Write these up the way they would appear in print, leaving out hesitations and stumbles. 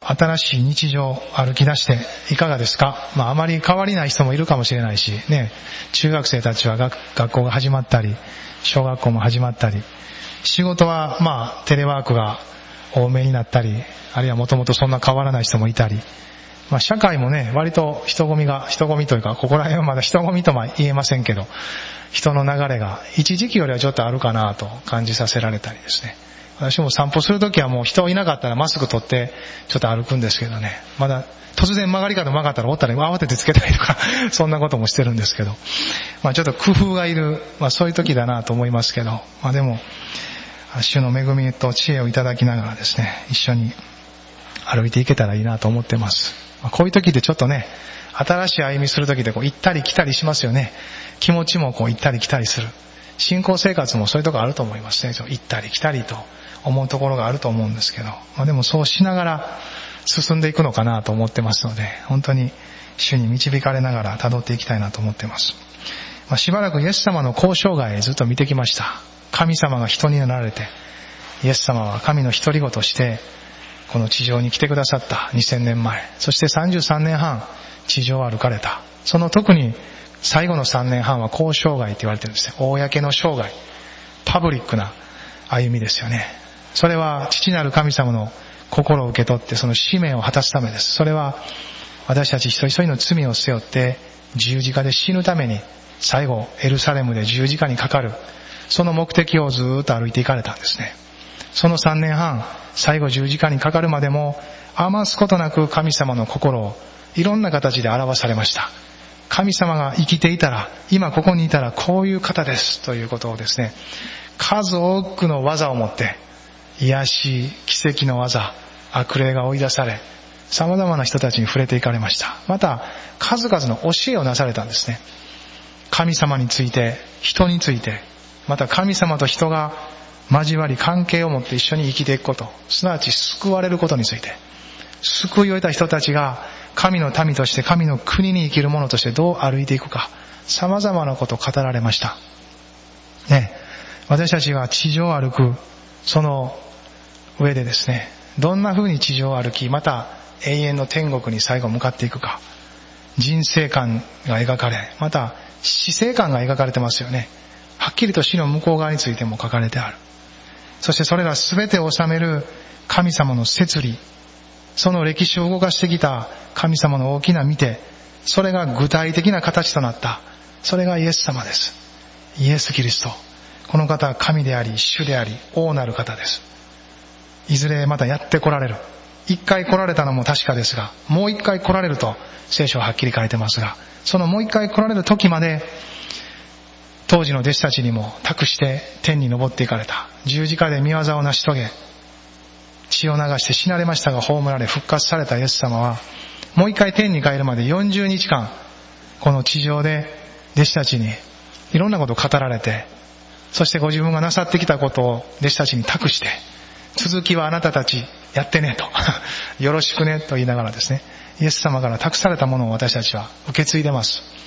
新しい日常を歩き出していかがですか？あまり変わりない人もいるかもしれないしね、中学生たちは学校が始まったり、小学校も始まったり、仕事はテレワークが多めになったり、あるいはもともとそんな変わらない人もいたり、社会もね、割と人混みというか、ここら辺はまだ人混みとも言えませんけど、人の流れが一時期よりはちょっとあるかなと感じさせられたりですね。私も散歩するときはもう人いなかったらマスク取ってちょっと歩くんですけどね、まだ突然曲がり角曲がったらおったら慌ててつけたりとかそんなこともしてるんですけど、ちょっと工夫がいる、そういう時だなと思いますけど、でも主の恵みと知恵をいただきながらですね、一緒に歩いていけたらいいなと思ってます。こういう時ってちょっとね、新しい歩みする時で行ったり来たりしますよね。気持ちも行ったり来たりする。信仰生活もそういうところあると思いますね。行ったり来たりと思うところがあると思うんですけど、でもそうしながら進んでいくのかなと思ってますので、本当に主に導かれながら辿っていきたいなと思ってます。しばらくイエス様の交渉外ずっと見てきました。神様が人になられて、イエス様は神の独り子としてこの地上に来てくださった2000年前、そして33年半地上を歩かれた。その特に最後の3年半は公生涯と言われてるんですね。公の生涯、パブリックな歩みですよね。それは父なる神様の心を受け取ってその使命を果たすためです。それは私たち一人一人の罪を背負って十字架で死ぬために、最後エルサレムで十字架にかかる、その目的をずっと歩いていかれたんですね。その3年半、最後十字架にかかるまでも余すことなく神様の心をいろんな形で表されました。神様が生きていたら、今ここにいたらこういう方ですということをですね、数多くの技を持って、癒し、奇跡の技、悪霊が追い出され、様々な人たちに触れていかれました。また数々の教えをなされたんですね。神様について、人について、また神様と人が交わり関係を持って一緒に生きていくこと、すなわち救われることについて、救いを得た人たちが神の民として神の国に生きる者としてどう歩いていくか、様々なことを語られましたね。私たちが地上を歩くその上でですね、どんな風に地上を歩き、また永遠の天国に最後向かっていくか、人生観が描かれ、また死生観が描かれてますよね。はっきりと死の向こう側についても書かれてある。そしてそれら全てを治める神様の摂理、その歴史を動かしてきた神様の大きな見て、それが具体的な形となった、それがイエス様です。イエス・キリスト、この方は神であり主であり王なる方です。いずれまたやって来られる。一回来られたのも確かですが、もう一回来られると聖書ははっきり書いてますが、そのもう一回来られる時まで当時の弟子たちにも託して天に昇っていかれた。十字架で御業を成し遂げ、血を流して死なれましたが葬られ復活されたイエス様は、もう一回天に帰るまで40日間この地上で弟子たちにいろんなことを語られて、そしてご自分がなさってきたことを弟子たちに託して、続きはあなたたちやってねとよろしくねと言いながらですね、イエス様から託されたものを私たちは受け継いでます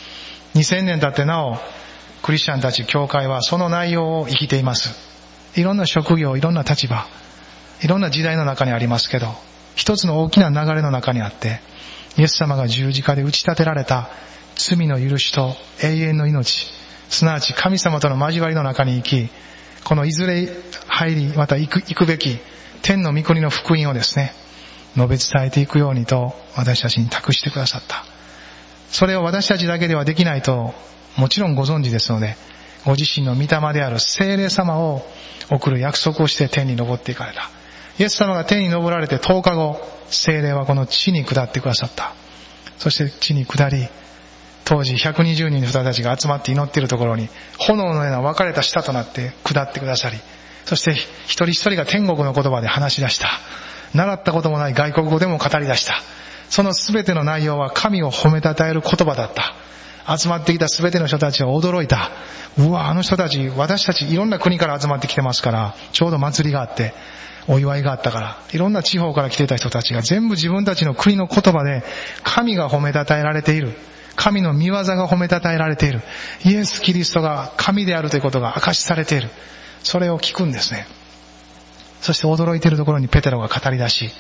。2000年経ってなおクリスチャンたち教会はその内容を生きています。いろんな職業、いろんな立場、いろんな時代の中にありますけど、一つの大きな流れの中にあって、イエス様が十字架で打ち立てられた罪の許しと永遠の命、すなわち神様との交わりの中に生き、このいずれ入り、また行くべき天の御国の福音をですね、述べ伝えていくようにと私たちに託してくださった。それを私たちだけではできないともちろんご存知ですので、ご自身の御霊である聖霊様を送る約束をして天に昇っていかれた。イエス様が天に昇られて10日後、聖霊はこの地に下ってくださった。そして地に下り、当時120人の人たちが集まって祈っているところに炎のような分かれた舌となって下ってくださり、そして一人一人が天国の言葉で話し出した。習ったこともない外国語でも語り出した。その全ての内容は神を褒めたたえる言葉だった。集まってきた全ての人たちは驚いた。うわ、あの人たち、私たちいろんな国から集まってきてますから、ちょうど祭りがあってお祝いがあったから、いろんな地方から来ていた人たちが全部自分たちの国の言葉で神が褒めたたえられている、神の御業が褒めたたえられている、イエス・キリストが神であるということが証しされている。それを聞くんですね。そして驚いているところにペテロが語り出し、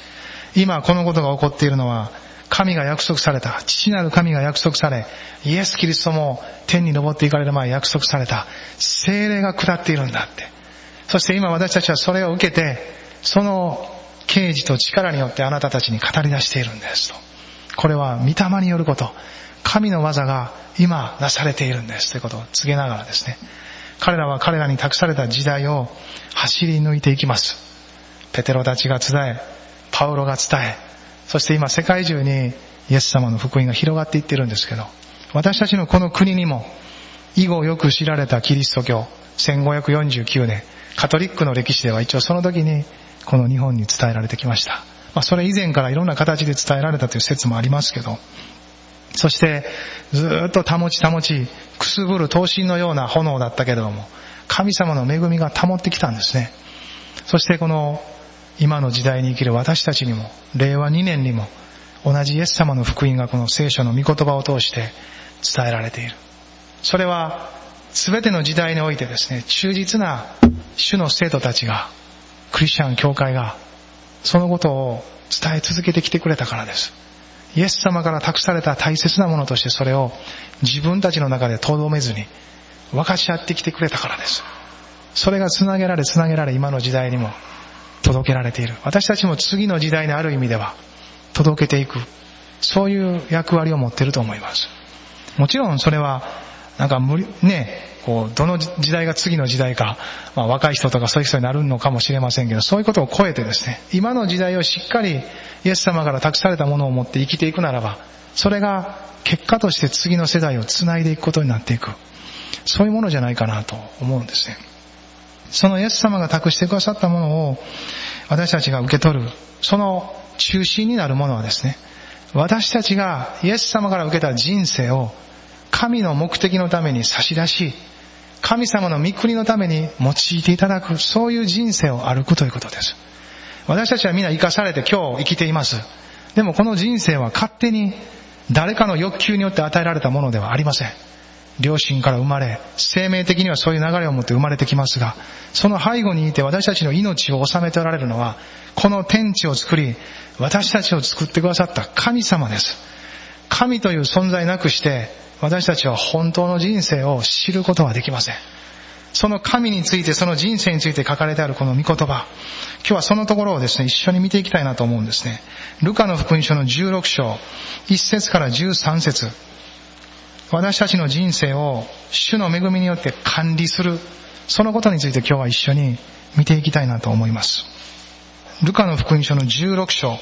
今このことが起こっているのは、神が約束された、父なる神が約束され、イエス・キリストも天に昇っていかれる前に約束された聖霊が下っているんだって。そして今私たちはそれを受けて、その啓示と力によってあなたたちに語り出しているんですと。これは御霊によること、神の技が今なされているんですということを告げながらですね、彼らは彼らに託された時代を走り抜いていきます。ペテロたちが伝え、パウロが伝え、そして今世界中にイエス様の福音が広がっていってるんですけど、私たちのこの国にも以後よく知られたキリスト教、1549年カトリックの歴史では一応その時にこの日本に伝えられてきました。それ以前からいろんな形で伝えられたという説もありますけど、そしてずっと保ちくすぶる闘神のような炎だったけれども、神様の恵みが保ってきたんですね。そしてこの今の時代に生きる私たちにも、令和2年にも同じイエス様の福音がこの聖書の御言葉を通して伝えられている。それは全ての時代においてですね、忠実な主の生徒たちが、クリスチャン教会がそのことを伝え続けてきてくれたからです。イエス様から託された大切なものとしてそれを自分たちの中で留めずに分かち合ってきてくれたからです。それがつなげられ今の時代にも届けられている。私たちも次の時代にある意味では届けていく、そういう役割を持っていると思います。もちろんそれはどの時代が次の時代か、若い人とかそういう人になるのかもしれませんけど、そういうことを超えてですね、今の時代をしっかりイエス様から託されたものを持って生きていくならば、それが結果として次の世代をつないでいくことになっていく、そういうものじゃないかなと思うんですね。そのイエス様が託してくださったものを私たちが受け取る、その中心になるものはですね、私たちがイエス様から受けた人生を神の目的のために差し出し、神様の御国のために用いていただく、そういう人生を歩くということです。私たちはみんな生かされて今日生きています。でもこの人生は勝手に誰かの欲求によって与えられたものではありません。両親から生まれ、生命的にはそういう流れを持って生まれてきますが、その背後にいて私たちの命を治めておられるのは、この天地を作り私たちを作ってくださった神様です。神という存在なくして私たちは本当の人生を知ることはできません。その神について、その人生について書かれてあるこの御言葉、今日はそのところをですね、一緒に見ていきたいなと思うんですね。ルカの福音書の16章1節から13節、私たちの人生を主の恵みによって管理する、そのことについて今日は一緒に見ていきたいなと思います。ルカの福音書の16章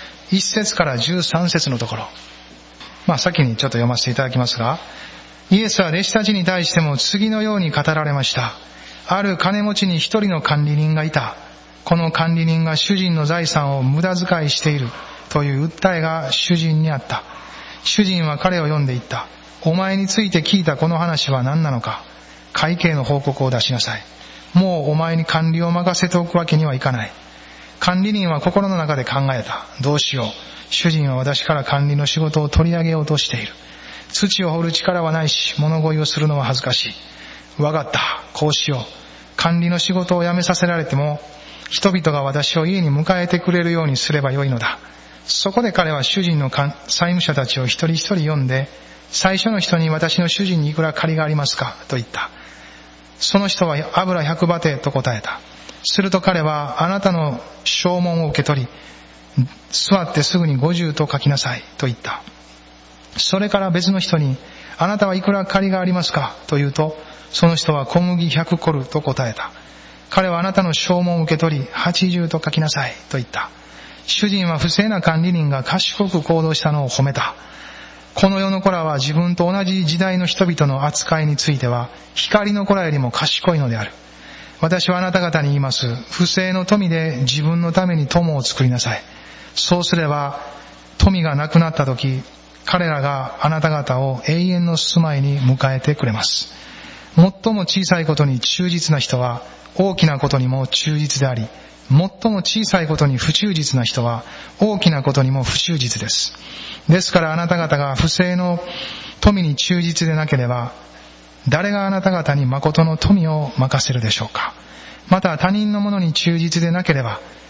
1節から13節のところ、先にちょっと読ませていただきますが、イエスは弟子たちに対しても次のように語られました。ある金持ちに一人の管理人がいた。この管理人が主人の財産を無駄遣いしているという訴えが主人にあった。主人は彼を呼んで言った。お前について聞いたこの話は何なのか。会計の報告を出しなさい。もうお前に管理を任せておくわけにはいかない。管理人は心の中で考えた。どうしよう。主人は私から管理の仕事を取り上げようとしている。土を掘る力はないし、物乞いをするのは恥ずかしい。わかった。こうしよう。管理の仕事を辞めさせられても、人々が私を家に迎えてくれるようにすればよいのだ。そこで彼は主人の債務者たちを一人一人呼んで、最初の人に私の主人にいくら借りがありますかと言った。その人は油100バテと答えた。すると彼は、あなたの証文を受け取り、座ってすぐに50と書きなさいと言った。それから別の人に、あなたはいくら借りがありますかと言うと、その人は小麦100コルと答えた。彼はあなたの証文を受け取り、80と書きなさいと言った。主人は不正な管理人が賢く行動したのを褒めた。この世の子らは自分と同じ時代の人々の扱いについては、光の子らよりも賢いのである。私はあなた方に言います。不正の富で自分のために友を作りなさい。そうすれば、富がなくなった時、彼らがあなた方を永遠の住まいに迎えてくれます。最も小さいことに忠実な人は大きなことにも忠実であり、最も小さいことに不忠実な人は大きなことにも不忠実です。ですからあなた方が不正の富に忠実でなければ、誰があなた方に誠の富を任せるでしょうか。また他人のものに忠実でなければ、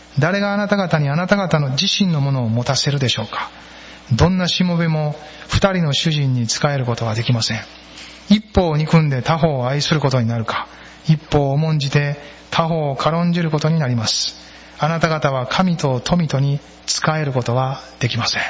誰があなた方にあなた方の自身のものを持たせるでしょうか。どんなしもべも二人の主人に仕えることはできません。一方を憎んで他方を愛することになるか、一方を重んじて他方を軽んじることになります。あなた方は神と富とに仕えることはできません。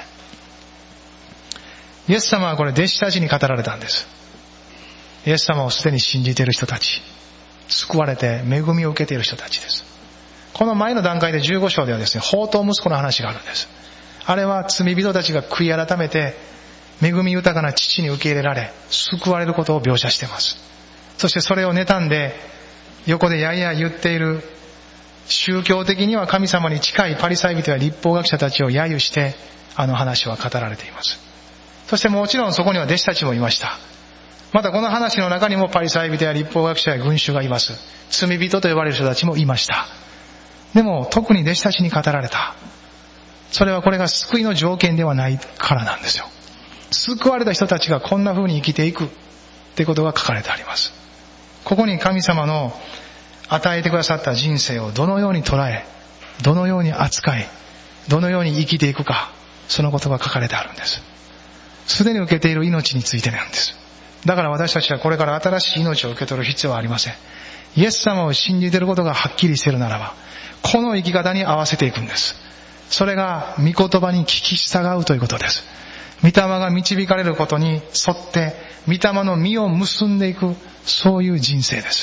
イエス様はこれ弟子たちに語られたんです。イエス様をすでに信じている人たち、救われて恵みを受けている人たちです。この前の段階で15章ではですね、放蕩息子の話があるんです。あれは罪人たちが悔い改めて恵み豊かな父に受け入れられ救われることを描写しています。そしてそれを妬んで横でやいや言っている宗教的には神様に近いパリサイ人や律法学者たちを揶揄してあの話は語られています。そしてもちろんそこには弟子たちもいました。またこの話の中にもパリサイ人や律法学者や群衆がいます。罪人と呼ばれる人たちもいました。でも特に弟子たちに語られた。それはこれが救いの条件ではないからなんですよ。救われた人たちがこんな風に生きていくってことが書かれてあります。ここに神様の与えてくださった人生をどのように捉え、どのように扱い、どのように生きていくか、そのことが書かれてあるんです。すでに受けている命についてなんです。だから私たちはこれから新しい命を受け取る必要はありません。イエス様を信じていることがはっきりしているならば、この生き方に合わせていくんです。それが御言葉に聞き従うということです。御霊が導かれることに沿って御霊の実を結んでいく、そういう人生です。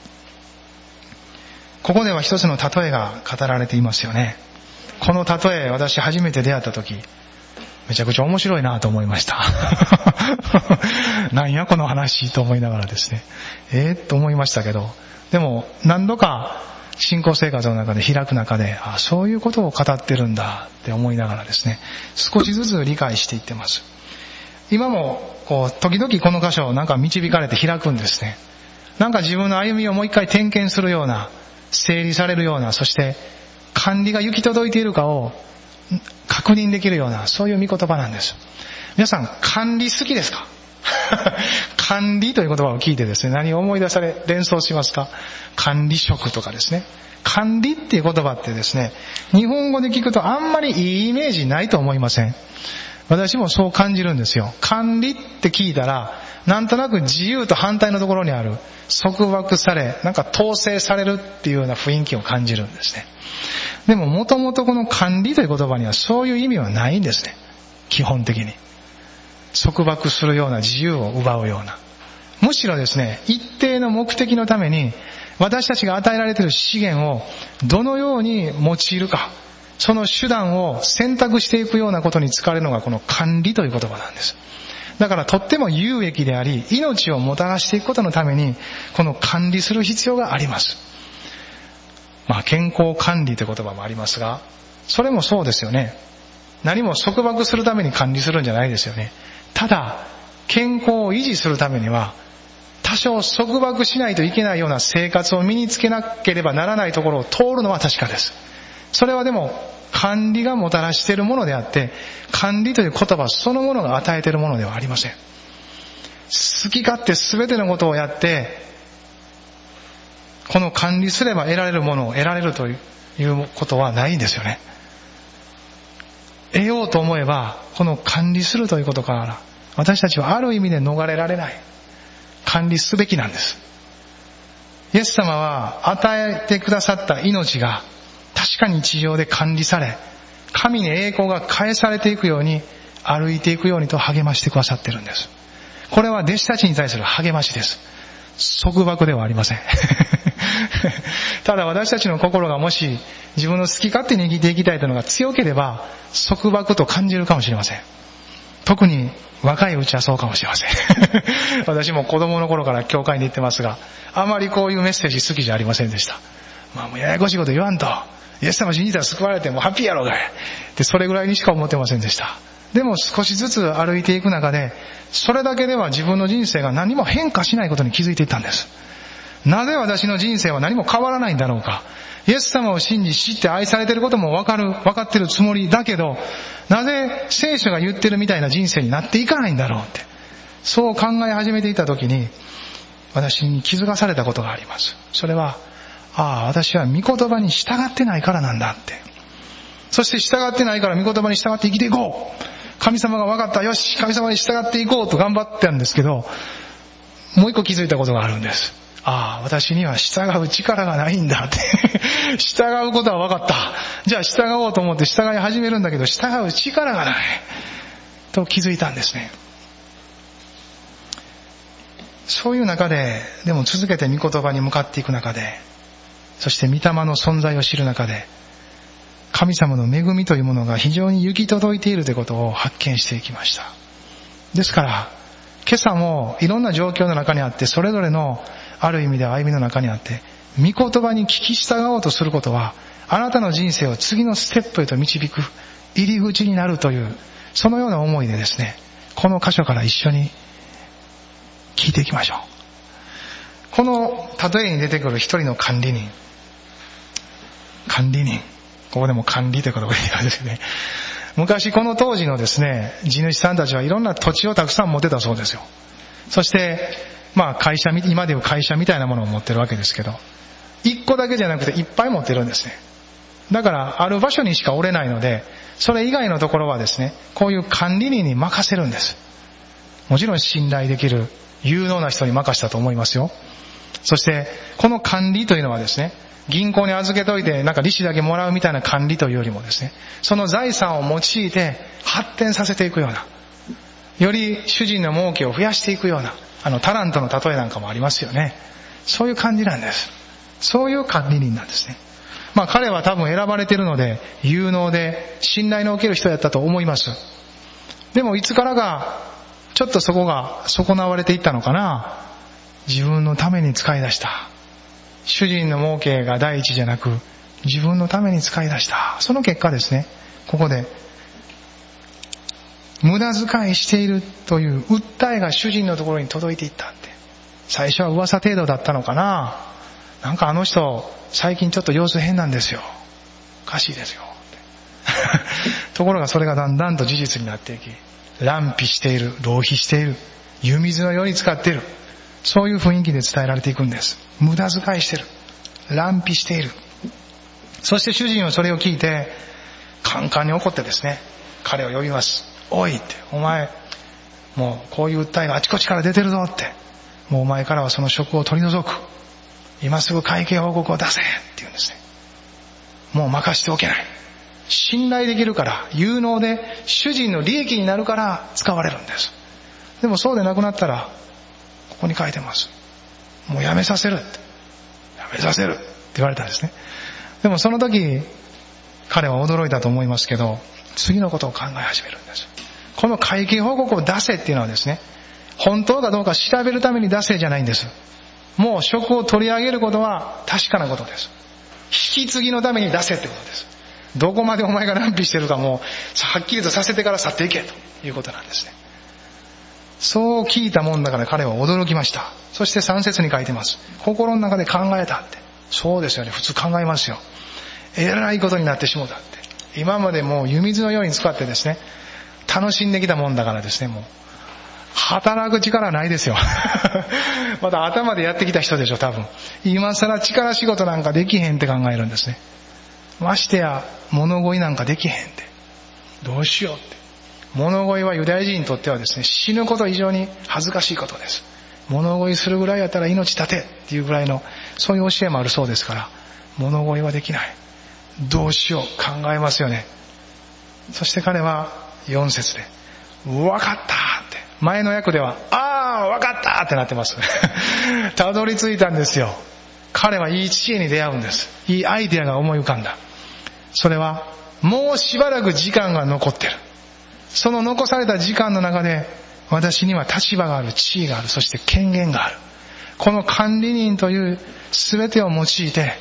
ここでは一つの例えが語られていますよね。この例え、私初めて出会った時めちゃくちゃ面白いなと思いましたなんやこの話と思いながらですね、と思いましたけど、でも何度か信仰生活の中で開く中で、そういうことを語ってるんだって思いながらですね、少しずつ理解していってます。今も時々この箇所を導かれて開くんですね。自分の歩みをもう一回点検するような、整理されるような、そして管理が行き届いているかを確認できるような、そういう御言葉なんです。皆さん管理好きですか？管理という言葉を聞いてですね、何を思い出され、連想しますか？管理職とかですね。管理っていう言葉ってですね、日本語で聞くとあんまりいいイメージないと思いません？私もそう感じるんですよ。管理って聞いたら、なんとなく自由と反対のところにある、束縛され、統制されるっていうような雰囲気を感じるんですね。でももともとこの管理という言葉にはそういう意味はないんですね。基本的に。束縛するような、自由を奪うような。むしろですね、一定の目的のために私たちが与えられている資源をどのように用いるか、その手段を選択していくようなことに使われるのがこの管理という言葉なんです。だからとっても有益であり、命をもたらしていくことのためにこの管理する必要があります。健康管理という言葉もありますが、それもそうですよね。何も束縛するために管理するんじゃないですよね。ただ健康を維持するためには多少束縛しないといけないような生活を身につけなければならないところを通るのは確かです。それはでも管理がもたらしているものであって、管理という言葉そのものが与えているものではありません。好き勝手全てのことをやってこの管理すれば得られるものを得られるということはないんですよね。得ようと思えばこの管理するということから私たちはある意味で逃れられない。管理すべきなんです。イエス様は与えてくださった命が確かに地上で管理され、神に栄光が返されていくように、歩いていくようにと励ましてくださっているんです。これは弟子たちに対する励ましです。束縛ではありません。ただ私たちの心がもし自分の好き勝手に生きていきたいというのが強ければ束縛と感じるかもしれません。特に若いうちはそうかもしれません。私も子供の頃から教会に行ってますが、あまりこういうメッセージ好きじゃありませんでした。もうややこしいこと言わんと、イエス様信じたら救われてもうハッピーやろうがいで、それぐらいにしか思ってませんでした。でも少しずつ歩いていく中で、それだけでは自分の人生が何も変化しないことに気づいていったんです。なぜ私の人生は何も変わらないんだろうか。イエス様を信じ知って愛されていることも分かっているつもりだけど、なぜ聖書が言ってるみたいな人生になっていかないんだろうって、そう考え始めていた時に私に気づかされたことがあります。それはああ、私は御言葉に従ってないからなんだって。そして従ってないから御言葉に従って生きていこう。神様が分かった。よし、神様に従っていこうと頑張ってたんですけど、もう一個気づいたことがあるんです。ああ、私には従う力がないんだって。従うことは分かった。じゃあ従おうと思って従い始めるんだけど、従う力がない。と気づいたんですね。そういう中で、でも続けて御言葉に向かっていく中で、そして御霊の存在を知る中で、神様の恵みというものが非常に行き届いているということを発見していきました。ですから、今朝もいろんな状況の中にあって、それぞれのある意味で歩みの中にあって、御言葉に聞き従おうとすることは、あなたの人生を次のステップへと導く入り口になるという、そのような思いでですね、この箇所から一緒に聞いていきましょう。この例えに出てくる一人の管理人、ここでも管理という言葉が言うんですね。昔この当時のですね、地主さんたちはいろんな土地をたくさん持ってたそうですよ。そして会社、今でいう会社みたいなものを持ってるわけですけど、一個だけじゃなくていっぱい持ってるんですね。だからある場所にしかおれないので、それ以外のところはですね、こういう管理人に任せるんです。もちろん信頼できる有能な人に任せたと思いますよ。そしてこの管理というのはですね、銀行に預けといて利子だけもらうみたいな管理というよりもですね、その財産を用いて発展させていくような、より主人の儲けを増やしていくような、タラントの例えなんかもありますよね。そういう感じなんです。そういう管理人なんですね。彼は多分選ばれているので有能で信頼のおける人やったと思います。でもいつからかちょっとそこが損なわれていったのかな。自分のために使い出した。主人の儲けが第一じゃなく自分のために使い出した。その結果ですね、ここで無駄遣いしているという訴えが主人のところに届いていったって。最初は噂程度だったのかな。あの人最近ちょっと様子変なんですよ、おかしいですよってところがそれがだんだんと事実になっていき、乱費している、浪費している、湯水のように使っている、そういう雰囲気で伝えられていくんです。無駄遣いしている、乱費している。そして主人はそれを聞いてカンカンに怒ってですね、彼を呼びます。おいって、お前もうこういう訴えがあちこちから出てるぞって、もうお前からはその職を取り除く、今すぐ会計報告を出せって言うんですね。もう任しておけない。信頼できるから、有能で主人の利益になるから使われるんです。でもそうでなくなったら、ここに書いてます。もうやめさせるって。やめさせるって言われたんですね。でもその時、彼は驚いたと思いますけど、次のことを考え始めるんです。この会計報告を出せっていうのはですね、本当かどうか調べるために出せじゃないんです。もう職を取り上げることは確かなことです。引き継ぎのために出せってことです。どこまでお前が乱費してるかもうはっきりとさせてから去っていけということなんですね。そう聞いたもんだから彼は驚きました。そして3節に書いてます。心の中で考えたって。そうですよね、普通考えますよ。えらいことになってしもうたって。今までもう湯水のように使ってですね、楽しんできたもんだからですね、もう働く力ないですよまだ頭でやってきた人でしょ多分。今更力仕事なんかできへんって考えるんですね。ましてや物乞いなんかできへんって、どうしようって。物乞いはユダヤ人にとってはですね、死ぬこと以上に恥ずかしいことです。物乞いするぐらいやったら命絶てっていうぐらいの、そういう教えもあるそうですから、物乞いはできない。どうしよう、考えますよね。そして彼は4節で分かったって、前の訳ではああ分かったってなってますたどり着いたんですよ。彼はいい知恵に出会うんです。いいアイデアが思い浮かんだ。それはもうしばらく時間が残ってる。その残された時間の中で私には立場がある、地位がある、そして権限がある。この管理人という全てを用いて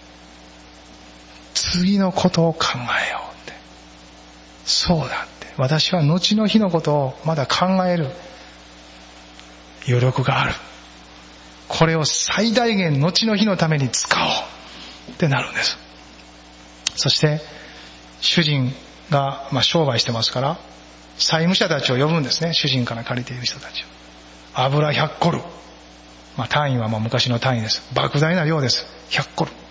次のことを考えようって。そうだって、私は後の日のことをまだ考える余力がある。これを最大限後の日のために使おうってなるんです。そして主人が商売してますから債務者たちを呼ぶんですね。主人から借りている人たちを。油100コル、単位は昔の単位です。莫大な量です。100コル。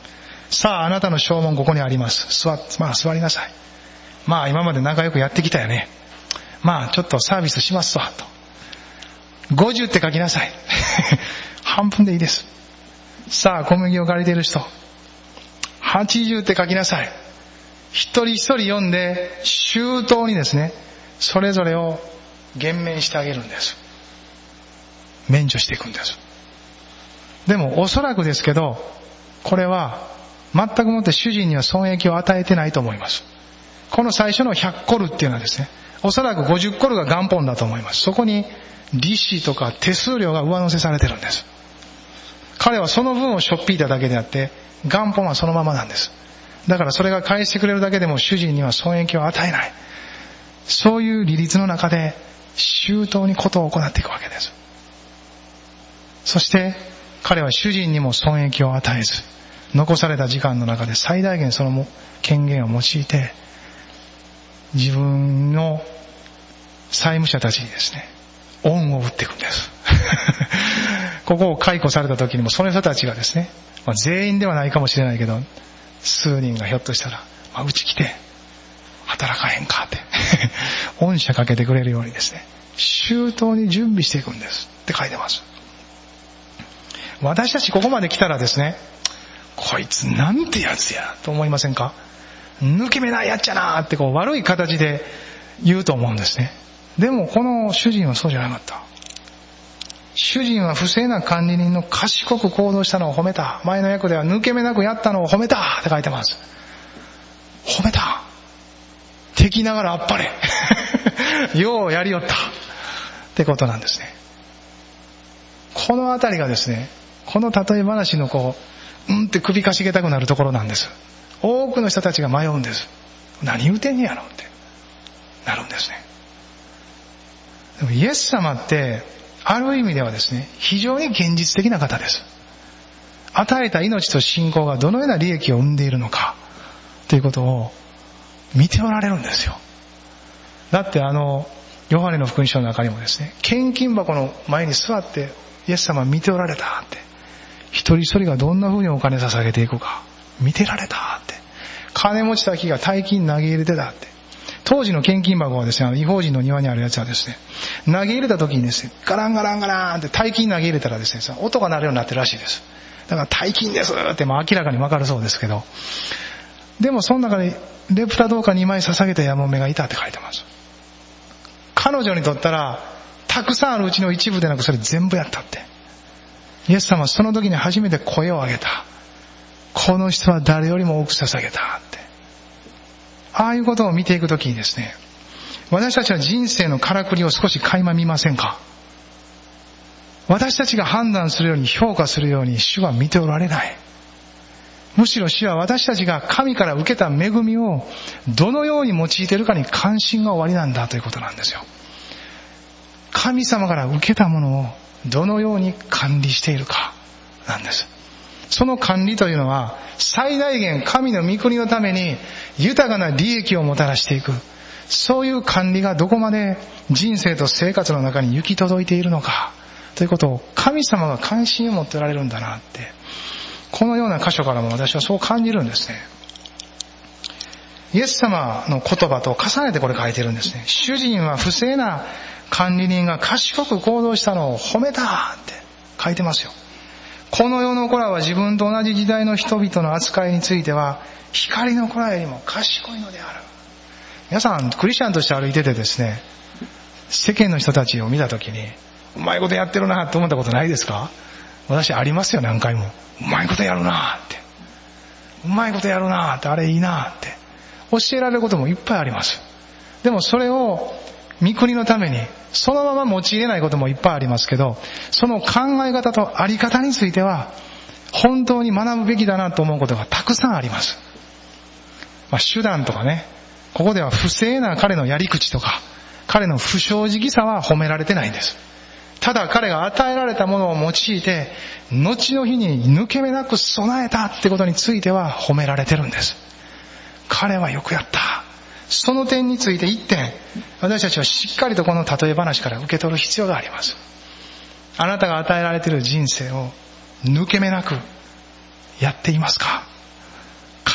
さあ、あなたの証文ここにあります。座りなさい。まあ今まで仲良くやってきたよね。まあちょっとサービスしますわと。50って書きなさい。半分でいいです。さあ、小麦を借りている人、80って書きなさい。一人一人読んで周到にですね、それぞれを減免してあげるんです。免除していくんです。でもおそらくですけど、これは全くもって主人には損益を与えてないと思います。この最初の100コルっていうのはですね、おそらく50コルが元本だと思います。そこに利子とか手数料が上乗せされてるんです。彼はその分をしょっぴいただけであって、元本はそのままなんです。だからそれが返してくれるだけでも主人には損益を与えない。そういう利率の中で周到にことを行っていくわけです。そして彼は主人にも損益を与えず、残された時間の中で最大限その権限を用いて、自分の債務者たちにですね、恩を売っていくんです。ここを解雇された時にもその人たちがですね、全員ではないかもしれないけど、数人がひょっとしたら、うち来て働かへんかって恩赦かけてくれるようにですね、周到に準備していくんですって書いてます。私たちここまで来たらですね、こいつなんてやつやと思いませんか？抜け目ないやっちゃなって悪い形で言うと思うんですね。でもこの主人はそうじゃなかった。主人は不正な管理人の賢く行動したのを褒めた。前の訳では抜け目なくやったのを褒めたって書いてます。褒めた。敵ながらあっぱれ。ようやりよったってことなんですね。このあたりがですね、この例え話のって首かしげたくなるところなんです。多くの人たちが迷うんです。何言うてんねやろってなるんですね。でもイエス様ってある意味ではですね、非常に現実的な方です。与えた命と信仰がどのような利益を生んでいるのかということを見ておられるんですよ。だってヨハネの福音書の中にもですね、献金箱の前に座ってイエス様見ておられたって、一人一人がどんな風にお金捧げていくか見てられたって、金持ちたちが大金投げ入れてたって。当時の献金箱はですね、異邦人の庭にあるやつはですね、投げ入れた時にですね、ガランガランガランって大金投げ入れたらですね、音が鳴るようになってるらしいです。だから大金ですって明らかにわかるそうですけど、でもその中にレプタ銅貨2枚捧げたやもめがいたって書いてます。彼女にとったらたくさんあるうちの一部でなくそれ全部やったって。イエス様はその時に初めて声を上げた。この人は誰よりも多く捧げたって。ああいうことを見ていくときにですね、私たちは人生のからくりを少し垣間見ませんか？私たちが判断するように評価するように主は見ておられない。むしろ主は私たちが神から受けた恵みをどのように用いているかに関心がおありなんだということなんですよ。神様から受けたものをどのように管理しているかなんです。その管理というのは最大限神の御国のために豊かな利益をもたらしていく、そういう管理がどこまで人生と生活の中に行き届いているのかということを神様が関心を持っておられるんだなって、このような箇所からも私はそう感じるんですね。イエス様の言葉と重ねてこれ書いてるんですね。主人は不正な管理人が賢く行動したのを褒めたって書いてますよ。この世の子らは自分と同じ時代の人々の扱いについては光の子らよりも賢いのである。皆さんクリスチャンとして歩いててですね、世間の人たちを見たときにうまいことやってるなって思ったことないですか？私ありますよ、何回も。うまいことやるなって、うまいことやるなって、あれいいなって教えられることもいっぱいあります。でもそれを御国のためにそのまま用いれないこともいっぱいありますけど、その考え方とあり方については本当に学ぶべきだなと思うことがたくさんあります。手段とかね、ここでは不正な彼のやり口とか彼の不正直さは褒められてないんです。ただ彼が与えられたものを用いて後の日に抜け目なく備えたってことについては褒められてるんです。彼はよくやった。その点について一点、私たちはしっかりとこの例え話から受け取る必要があります。あなたが与えられている人生を抜け目なくやっていますか？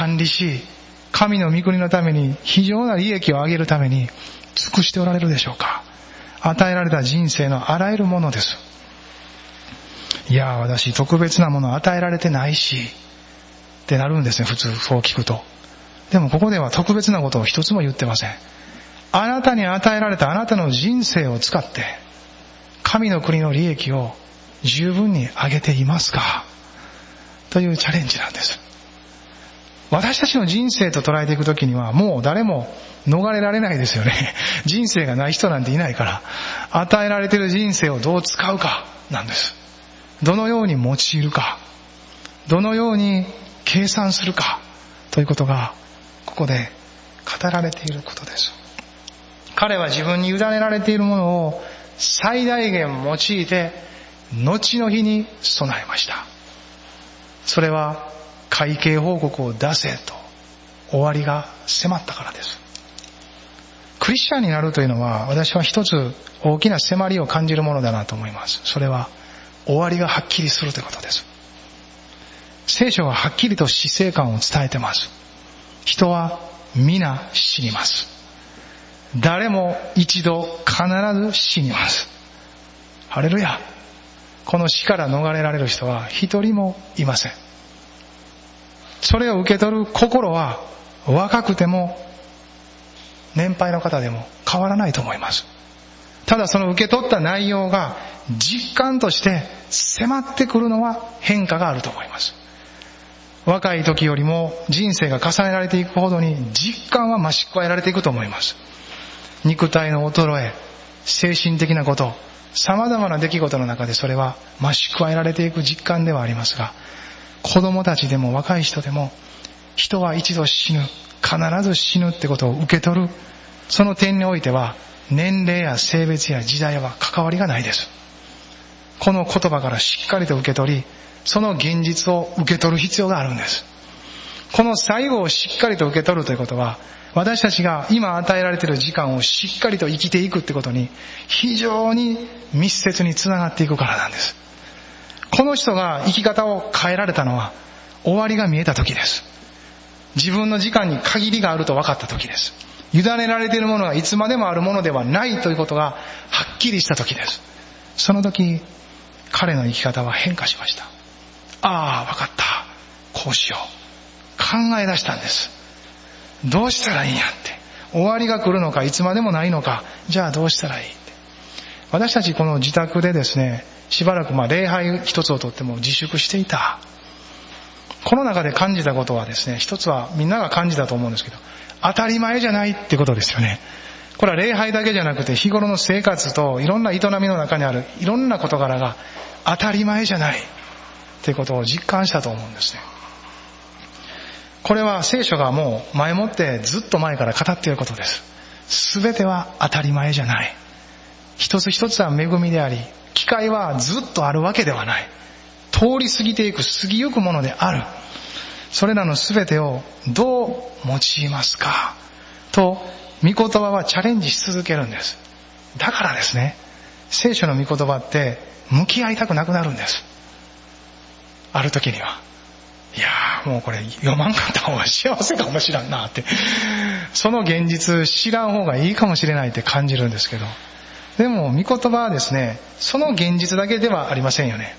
管理し、神の御国のために非常な利益を上げるために尽くしておられるでしょうか。与えられた人生のあらゆるものです。いや私特別なものを与えられてないしってなるんですね、普通そう聞くと。でもここでは特別なことを一つも言ってません。あなたに与えられたあなたの人生を使って神の国の利益を十分に上げていますかというチャレンジなんです。私たちの人生と捉えていくときにはもう誰も逃れられないですよね。人生がない人なんていないから、与えられている人生をどう使うかなんです。どのように用いるか、どのように計算するかということがここで語られていることです。彼は自分に委ねられているものを最大限用いて後の日に備えました。それは会計報告を出せと終わりが迫ったからです。クリスチャンになるというのは私は一つ大きな迫りを感じるものだなと思います。それは終わりがはっきりするということです。聖書ははっきりと死生観を伝えてます。人は皆死にます。誰も一度必ず死にます。ハレルヤ。この死から逃れられる人は一人もいません。それを受け取る心は若くても年配の方でも変わらないと思います。ただその受け取った内容が実感として迫ってくるのは変化があると思います。若い時よりも人生が重ねられていくほどに実感は増し加えられていくと思います。肉体の衰え、精神的なこと、様々な出来事の中でそれは増し加えられていく実感ではありますが、子供たちでも若い人でも人は一度死ぬ、必ず死ぬってことを受け取る、その点においては年齢や性別や時代は関わりがないです。この言葉からしっかりと受け取り、その現実を受け取る必要があるんです。この最後をしっかりと受け取るということは、私たちが今与えられている時間をしっかりと生きていくってことに非常に密接につながっていくからなんです。この人が生き方を変えられたのは終わりが見えた時です。自分の時間に限りがあると分かった時です。委ねられているものがいつまでもあるものではないということがはっきりした時です。その時彼の生き方は変化しました。ああ、分かった、こうしよう、考え出したんです。どうしたらいいんやって、終わりが来るのかいつまでもないのか、じゃあどうしたらいいって。私たちこの自宅でですね、しばらく礼拝一つをとっても自粛していた。この中で感じたことはですね、一つはみんなが感じたと思うんですけど、当たり前じゃないってことですよね。これは礼拝だけじゃなくて日頃の生活といろんな営みの中にあるいろんな事柄が当たり前じゃないっていうことを実感したと思うんですね。これは聖書がもう前もってずっと前から語っていることです。すべては当たり前じゃない。一つ一つは恵みであり、機会はずっとあるわけではない。通り過ぎていく、過ぎゆくものである。それらのすべてをどう用いますかと、御言葉はチャレンジし続けるんです。だからですね、聖書の御言葉って向き合いたくなくなるんです。ある時には。いやーもうこれ読まんかった方が幸せかもしらんなって、その現実知らん方がいいかもしれないって感じるんですけど、でも御言葉はですね、その現実だけではありませんよね。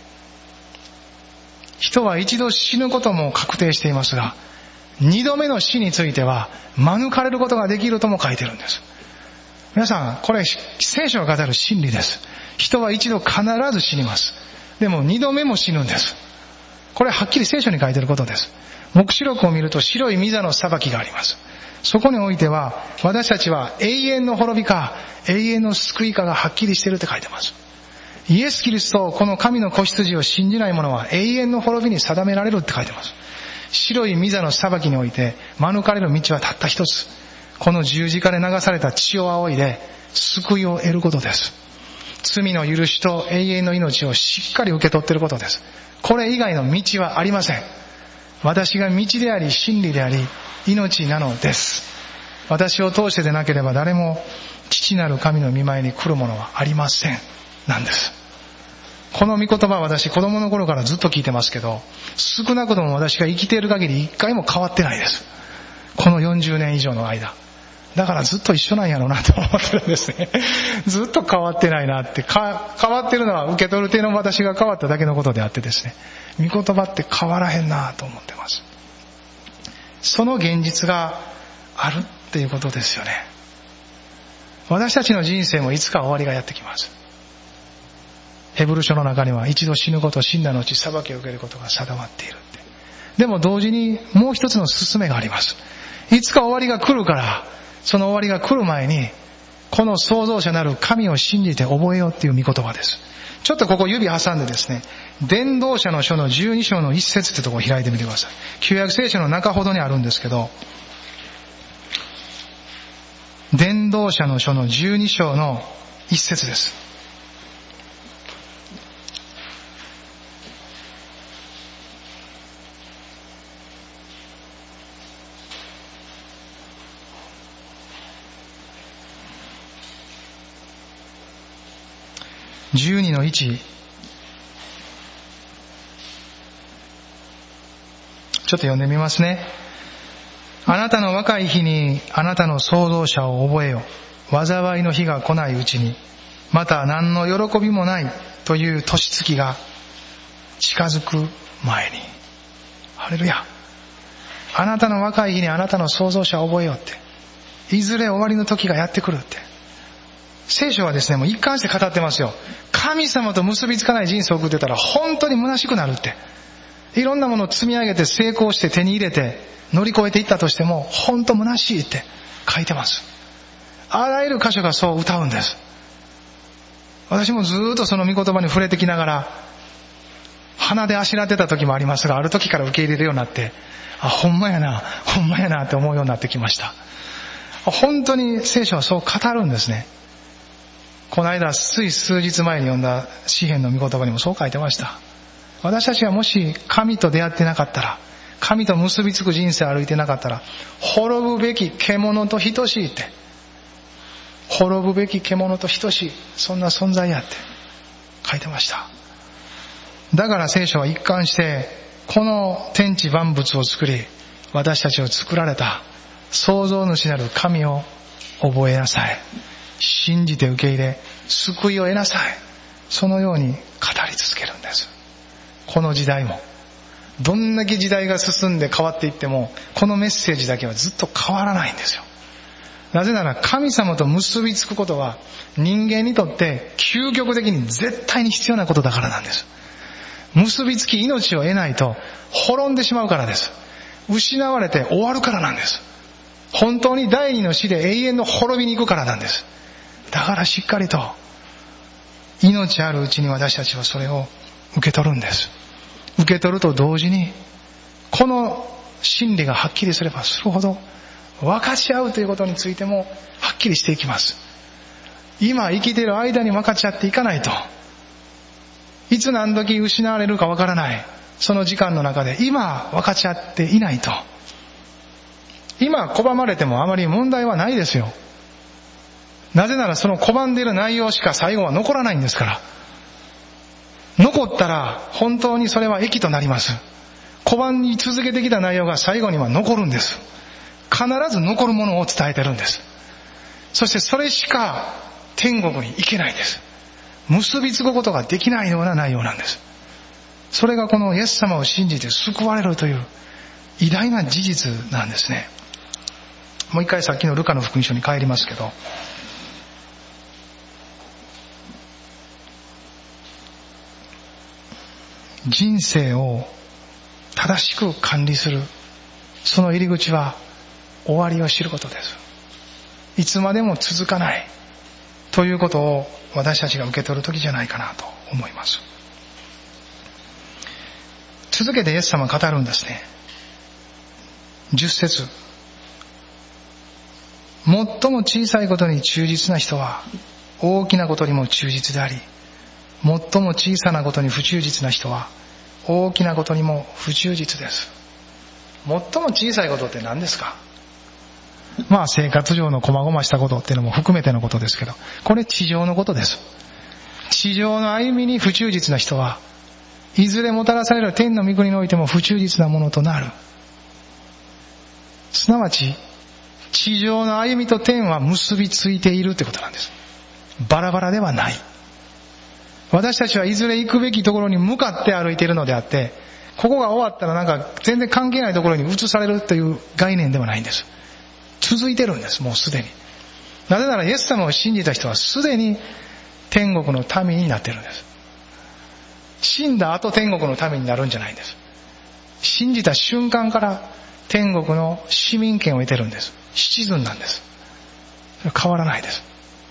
人は一度死ぬことも確定していますが、二度目の死については免れることができるとも書いてるんです。皆さん、これ聖書が語る真理です。人は一度必ず死にます。でも二度目も死ぬんです。これははっきり聖書に書いていることです。黙示録を見ると白い御座の裁きがあります。そこにおいては私たちは永遠の滅びか永遠の救いかがはっきりしているって書いてます。イエス・キリスト、この神の子羊を信じない者は永遠の滅びに定められるって書いてます。白い御座の裁きにおいて免れる道はたった一つ、この十字架で流された血を仰いで救いを得ることです。罪の許しと永遠の命をしっかり受け取っていることです。これ以外の道はありません。私が道であり真理であり命なのです。私を通してでなければ誰も父なる神の御前に来るものはありませんなんです。 この御言葉は私子供の頃からずっと聞いてますけど、少なくとも私が生きている限り一回も変わってないです。この40年以上の間。だからずっと一緒なんやろうなと思ってるんですね。ずっと変わってないなって。変わってるのは受け取る手の私が変わっただけのことであってですね。御言葉って変わらへんなと思ってます。その現実があるっていうことですよね。私たちの人生もいつか終わりがやってきます。ヘブル書の中には一度死ぬこと、死んだ後裁きを受けることが定まっているって。でも同時にもう一つの勧めがあります。いつか終わりが来るから、その終わりが来る前にこの創造者なる神を信じて覚えようっていう御言葉です。ちょっとここ指挟んでですね、伝道者の書の12章の1節ってところを開いてみてください。旧約聖書の中ほどにあるんですけど、伝道者の書の12章の1節です。12の1、ちょっと読んでみますね。あなたの若い日にあなたの創造者を覚えよ。災いの日が来ないうちに、また何の喜びもないという年月が近づく前に。ハレルヤ。あなたの若い日にあなたの創造者を覚えよって。いずれ終わりの時がやってくるって。聖書はですね、もう一貫して語ってますよ。神様と結びつかない人生を送ってたら本当に虚しくなるって。いろんなものを積み上げて成功して手に入れて乗り越えていったとしても本当虚しいって書いてます。あらゆる箇所がそう歌うんです。私もずっとその御言葉に触れてきながら鼻であしらってた時もありますが、ある時から受け入れるようになって、あ、ほんまやなって思うようになってきました。本当に聖書はそう語るんですね。この間つい数日前に読んだ詩篇の御言葉にもそう書いてました。私たちがもし神と出会ってなかったら、神と結びつく人生を歩いてなかったら、滅ぶべき獣と等しいって、滅ぶべき獣と等しい、そんな存在やって書いてました。だから聖書は一貫してこの天地万物を作り私たちを作られた創造主なる神を覚えなさい、信じて受け入れ救いを得なさい、そのように語り続けるんです。この時代もどんだけ時代が進んで変わっていってもこのメッセージだけはずっと変わらないんですよ。なぜなら神様と結びつくことは人間にとって究極的に絶対に必要なことだからなんです。結びつき命を得ないと滅んでしまうからです。失われて終わるからなんです。本当に第二の死で永遠の滅びに行くからなんです。だからしっかりと命あるうちに私たちはそれを受け取るんです。受け取ると同時にこの真理がはっきりすればするほど分かち合うということについてもはっきりしていきます。今生きている間に分かち合っていかないと、いつ何時失われるか分からないその時間の中で今分かち合っていないと、今拒まれてもあまり問題はないですよ。なぜならその拒んでいる内容しか最後は残らないんですから。残ったら本当にそれは益となります。拒み続けてきた内容が最後には残るんです。必ず残るものを伝えてるんです。そしてそれしか天国に行けないんです。結びつくことができないような内容なんです。それがこのイエス様を信じて救われるという偉大な事実なんですね。もう一回さっきのルカの福音書に帰りますけど、人生を正しく管理するその入り口は終わりを知ることです。いつまでも続かないということを私たちが受け取る時じゃないかなと思います。続けてイエス様は語るんですね。10節、最も小さいことに忠実な人は大きなことにも忠実であり、最も小さなことに不忠実な人は大きなことにも不忠実です。最も小さいことって何ですか？まあ生活上の細々したことっていうのも含めてのことですけど、これ地上のことです。 地上の歩みに不忠実な人はいずれもたらされる天の御国においても不忠実なものとなる。すなわち地上の歩みと天は結びついているということなんです。バラバラではない。私たちはいずれ行くべきところに向かって歩いているのであって、ここが終わったらなんか全然関係ないところに移されるという概念ではないんです。続いてるんです、もうすでに。なぜならイエス様を信じた人はすでに天国の民になっているんです。死んだ後天国の民になるんじゃないんです。信じた瞬間から天国の市民権を得てるんです。シチズンなんです。変わらないです。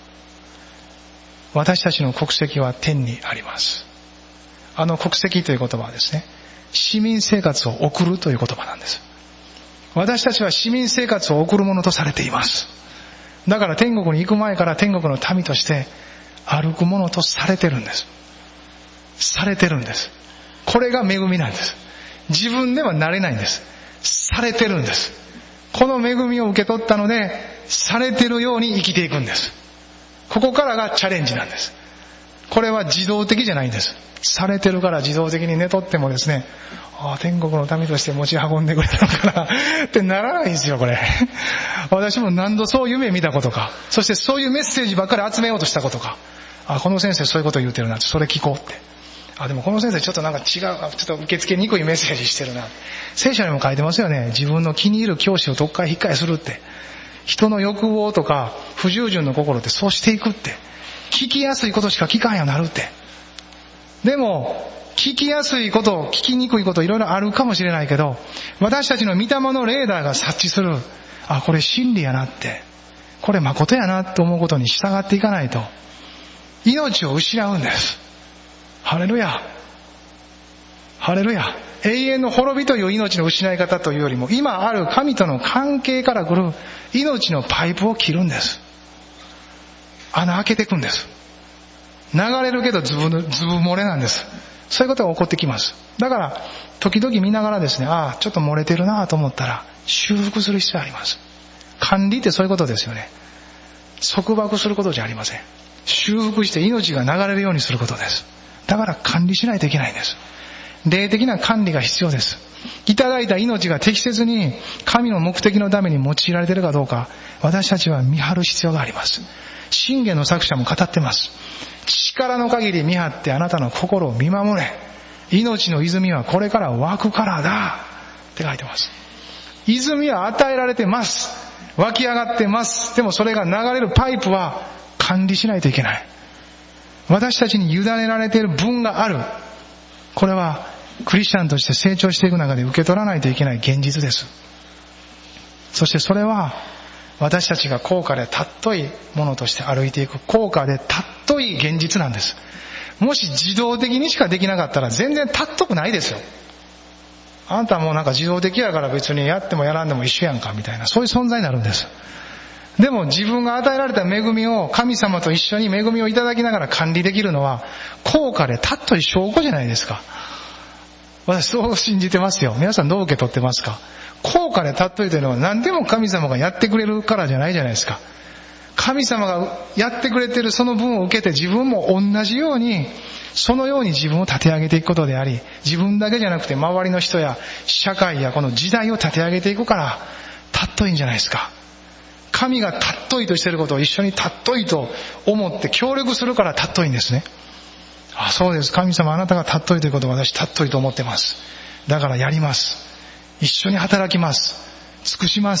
私たちの国籍は天にあります。国籍という言葉はですね、市民生活を送るという言葉なんです。私たちは市民生活を送るものとされています。だから天国に行く前から天国の民として歩くものとされてるんです。されてるんです。これが恵みなんです。自分ではなれないんです。されてるんです。この恵みを受け取ったので、されてるように生きていくんです。ここからがチャレンジなんです。これは自動的じゃないんです。されてるから自動的に寝とってもですね、天国の民として持ち運んでくれたのかなってならないんですよ、これ。私も何度そう夢見たことか、そしてそういうメッセージばっかり集めようとしたことか、この先生そういうこと言ってるな、それ聞こうって。でもこの先生ちょっとなんか違う、ちょっと受け付けにくいメッセージしてるな。聖書にも書いてますよね。自分の気に入る教師をどっかへ引っかえするって。人の欲望とか不従順の心ってそうしていくって。聞きやすいことしか聞かんようになるって。でも聞きやすいこと、聞きにくいこといろいろあるかもしれないけど、私たちの御霊のレーダーが察知する、これ真理やなって、これ誠やなと思うことに従っていかないと命を失うんです。ハレルヤ、ハレルヤ。永遠の滅びという命の失い方というよりも、今ある神との関係から来る命のパイプを切るんです。穴開けていくんです。流れるけどずぶ漏れなんです。そういうことが起こってきます。だから時々見ながらですね、ちょっと漏れてるなと思ったら修復する必要があります。管理ってそういうことですよね。束縛することじゃありません。修復して命が流れるようにすることです。だから管理しないといけないんです。霊的な管理が必要です。いただいた命が適切に神の目的のために用いられているかどうか、私たちは見張る必要があります。箴言の作者も語ってます。力の限り見張ってあなたの心を見守れ。命の泉はこれから湧くからだって書いてます。泉は与えられてます。湧き上がってます。でもそれが流れるパイプは管理しないといけない。私たちに委ねられている分がある。これはクリスチャンとして成長していく中で受け取らないといけない現実です。そしてそれは私たちが高価で尊いものとして歩いていく高価で尊い現実なんです。もし自動的にしかできなかったら全然尊くないですよ。あんたはもうなんか自動的やから別にやってもやらんでも一緒やんかみたいな、そういう存在になるんです。でも自分が与えられた恵みを神様と一緒に恵みをいただきながら管理できるのは高価で尊い証拠じゃないですか。私そう信じてますよ。皆さんどう受け取ってますか？高価で尊いというのは何でも神様がやってくれるからじゃないじゃないですか。神様がやってくれているその分を受けて自分も同じようにそのように自分を立て上げていくことであり、自分だけじゃなくて周りの人や社会やこの時代を立て上げていくから尊いんじゃないですか。神が尊いとしていることを一緒に尊いと思って協力するから尊いんですね。そうです。神様あなたが尊いということを私尊いと思ってます。だからやります。一緒に働きます。尽くします。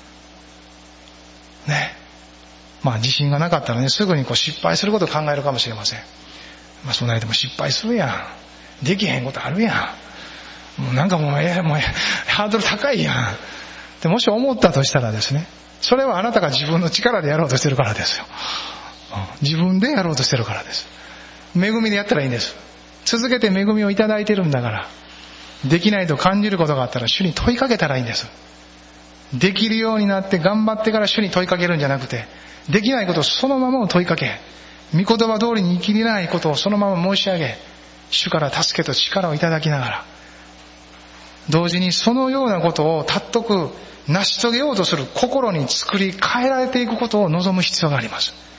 ね。自信がなかったらね、すぐに失敗することを考えるかもしれません。そんなにでも失敗するやん。できへんことあるやん。もうなんかもうハードル高いやん。でもし思ったとしたらですね、それはあなたが自分の力でやろうとしてるからですよ。自分でやろうとしてるからです。恵みでやったらいいんです。続けて恵みをいただいてるんだから、できないと感じることがあったら主に問いかけたらいいんです。できるようになって頑張ってから主に問いかけるんじゃなくて、できないことをそのまま問いかけ、御言葉通りに生きれないことをそのまま申し上げ、主から助けと力をいただきながら、同時にそのようなことを尊く成し遂げようとする心に作り変えられていくことを望む必要があります。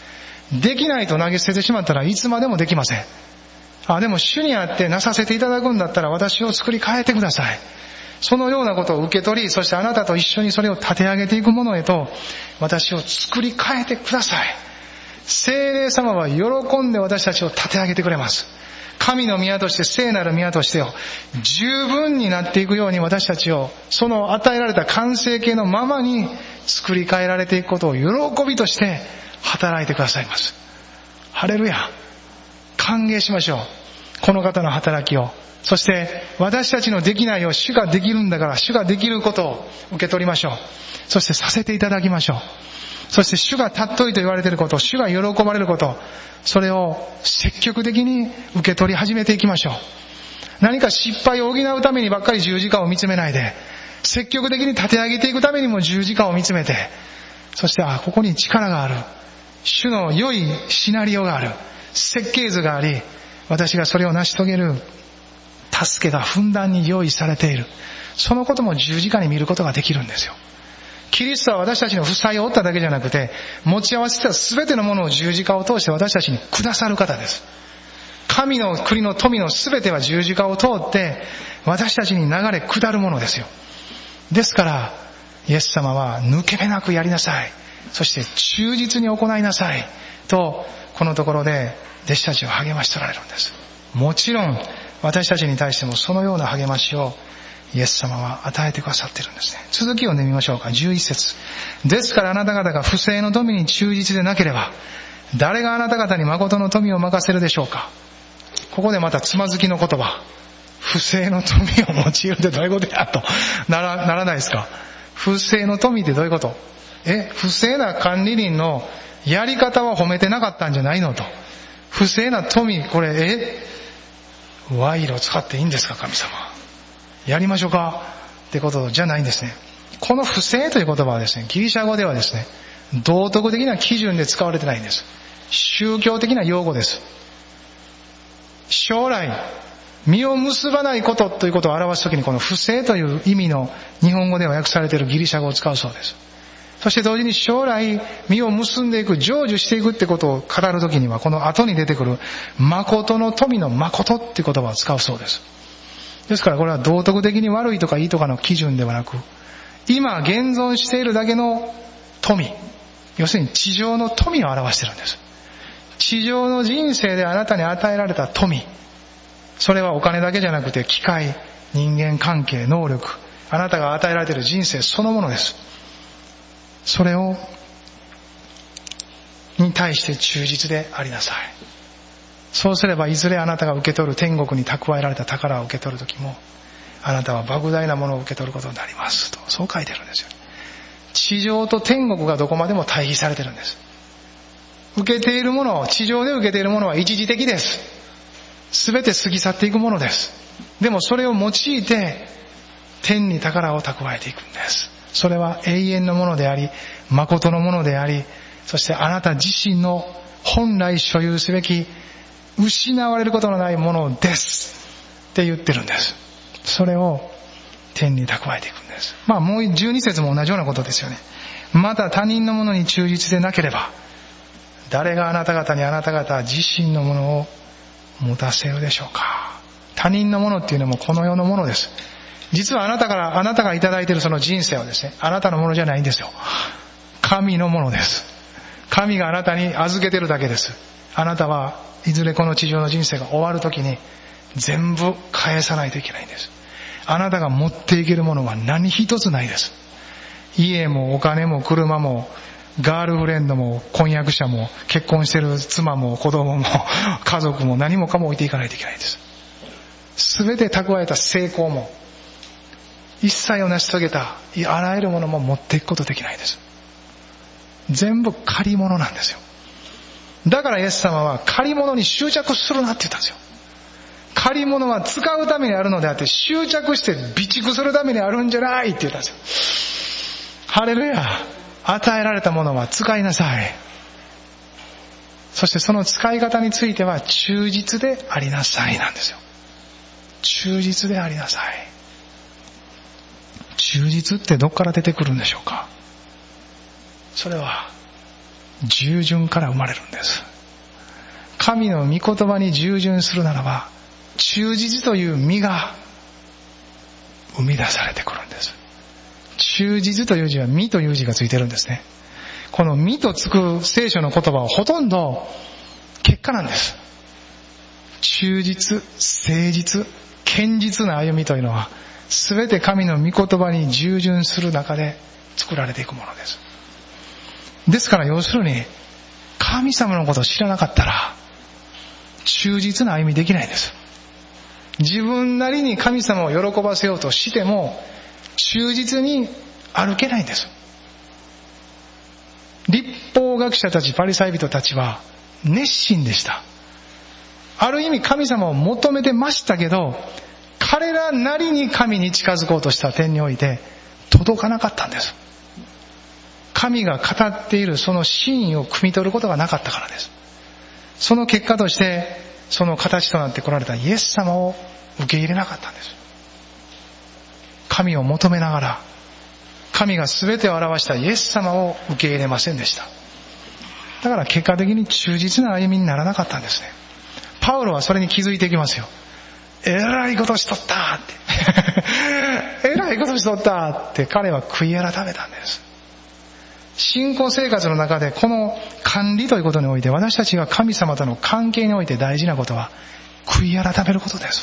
できないと投げ捨ててしまったらいつまでもできません。でも主にあってなさせていただくんだったら私を作り変えてください。そのようなことを受け取り、そしてあなたと一緒にそれを立て上げていくものへと私を作り変えてください。聖霊様は喜んで私たちを立て上げてくれます。神の宮として、聖なる宮として十分になっていくように私たちをその与えられた完成形のままに作り変えられていくことを喜びとして働いてくださいます。ハレルヤ。歓迎しましょう。この方の働きを。そして私たちのできないを主ができるんだから、主ができることを受け取りましょう。そしてさせていただきましょう。そして主が尊いと言われていること、主が喜ばれること、それを積極的に受け取り始めていきましょう。何か失敗を補うためにばっかり十字架を見つめないで、積極的に立て上げていくためにも十字架を見つめて、そしてここに力がある、主の良いシナリオがある、設計図があり、私がそれを成し遂げる助けがふんだんに用意されている。そのことも十字架に見ることができるんですよ。キリストは私たちの負債を負っただけじゃなくて、持ち合わせた全てのものを十字架を通して私たちにくださる方です。神の国の富の全ては十字架を通って私たちに流れ下るものですよ。ですからイエス様は抜け目なくやりなさい、そして忠実に行いなさいと、このところで弟子たちを励ましとられるんです。もちろん私たちに対してもそのような励ましをイエス様は与えてくださっているんですね。続きを読んでみましょうか。11節。ですからあなた方が不正の富に忠実でなければ、誰があなた方に誠の富を任せるでしょうか。ここでまたつまずきの言葉。不正の富を用いるってどういうことやとならないですか。不正の富ってどういうこと？不正な管理人のやり方は褒めてなかったんじゃないのと。不正な富、これ賄賂使っていいんですか神様。やりましょうかってことじゃないんですね。この不正という言葉はですね、ギリシャ語ではですね、道徳的な基準で使われてないんです。宗教的な用語です。将来実を結ばないことということを表すときに、この不正という意味の日本語では訳されているギリシャ語を使うそうです。そして同時に将来実を結んでいく、成就していくってことを語るときには、この後に出てくる誠の富の誠っていう言葉を使うそうです。ですからこれは道徳的に悪いとかいいとかの基準ではなく、今現存しているだけの富、要するに地上の富を表しているんです。地上の人生であなたに与えられた富、それはお金だけじゃなくて機会、人間関係、能力、あなたが与えられている人生そのものです。それに対して忠実でありなさい。そうすればいずれあなたが受け取る天国に蓄えられた宝を受け取るときも、あなたは莫大なものを受け取ることになりますと、そう書いてるんですよ。地上と天国がどこまでも対比されてるんです。受けているもの、地上で受けているものは一時的です。すべて過ぎ去っていくものです。でもそれを用いて天に宝を蓄えていくんです。それは永遠のものであり、誠のものであり、そしてあなた自身の本来所有すべき失われることのないものですって言ってるんです。それを天に蓄えていくんです。もう12節も同じようなことですよね。また他人のものに忠実でなければ、誰があなた方にあなた方自身のものを持たせるでしょうか。他人のものっていうのもこの世のものです。実はあなたがいただいているその人生はですね、あなたのものじゃないんですよ。神のものです。神があなたに預けてるだけです。あなたはいずれこの地上の人生が終わるときに全部返さないといけないんです。あなたが持っていけるものは何一つないです。家もお金も車もガールフレンドも婚約者も結婚している妻も子供も家族も何もかも置いていかないといけないんです。すべて蓄えた成功も一切を成し遂げたあらゆるものも持っていくことできないです。全部借り物なんですよ。だからイエス様は借り物に執着するなって言ったんですよ。借り物は使うためにあるのであって、執着して備蓄するためにあるんじゃないって言ったんですよ。ハレルヤ。与えられたものは使いなさい。そしてその使い方については忠実でありなさいなんですよ。忠実でありなさい。忠実ってどこから出てくるんでしょうか。それは従順から生まれるんです。神の御言葉に従順するならば、忠実という実が生み出されてくるんです。忠実という字は実という字がついてるんですね。この実とつく聖書の言葉はほとんど結果なんです。忠実、誠実、堅実な歩みというのは、すべて神の御言葉に従順する中で作られていくものです。ですから要するに、神様のことを知らなかったら忠実な歩みできないんです。自分なりに神様を喜ばせようとしても忠実に歩けないんです。律法学者たち、パリサイ人たちは熱心でした。ある意味神様を求めてましたけど、彼らなりに神に近づこうとした点において届かなかったんです。神が語っているその真意を汲み取ることがなかったからです。その結果として、その形となって来られたイエス様を受け入れなかったんです。神を求めながら、神が全てを表したイエス様を受け入れませんでした。だから結果的に忠実な歩みにならなかったんですね。パウロはそれに気づいていきますよ。えらいことしとったってえらいことしとったって彼は悔い改めたんです。信仰生活の中でこの管理ということにおいて、私たちが神様との関係において大事なことは悔い改めることです。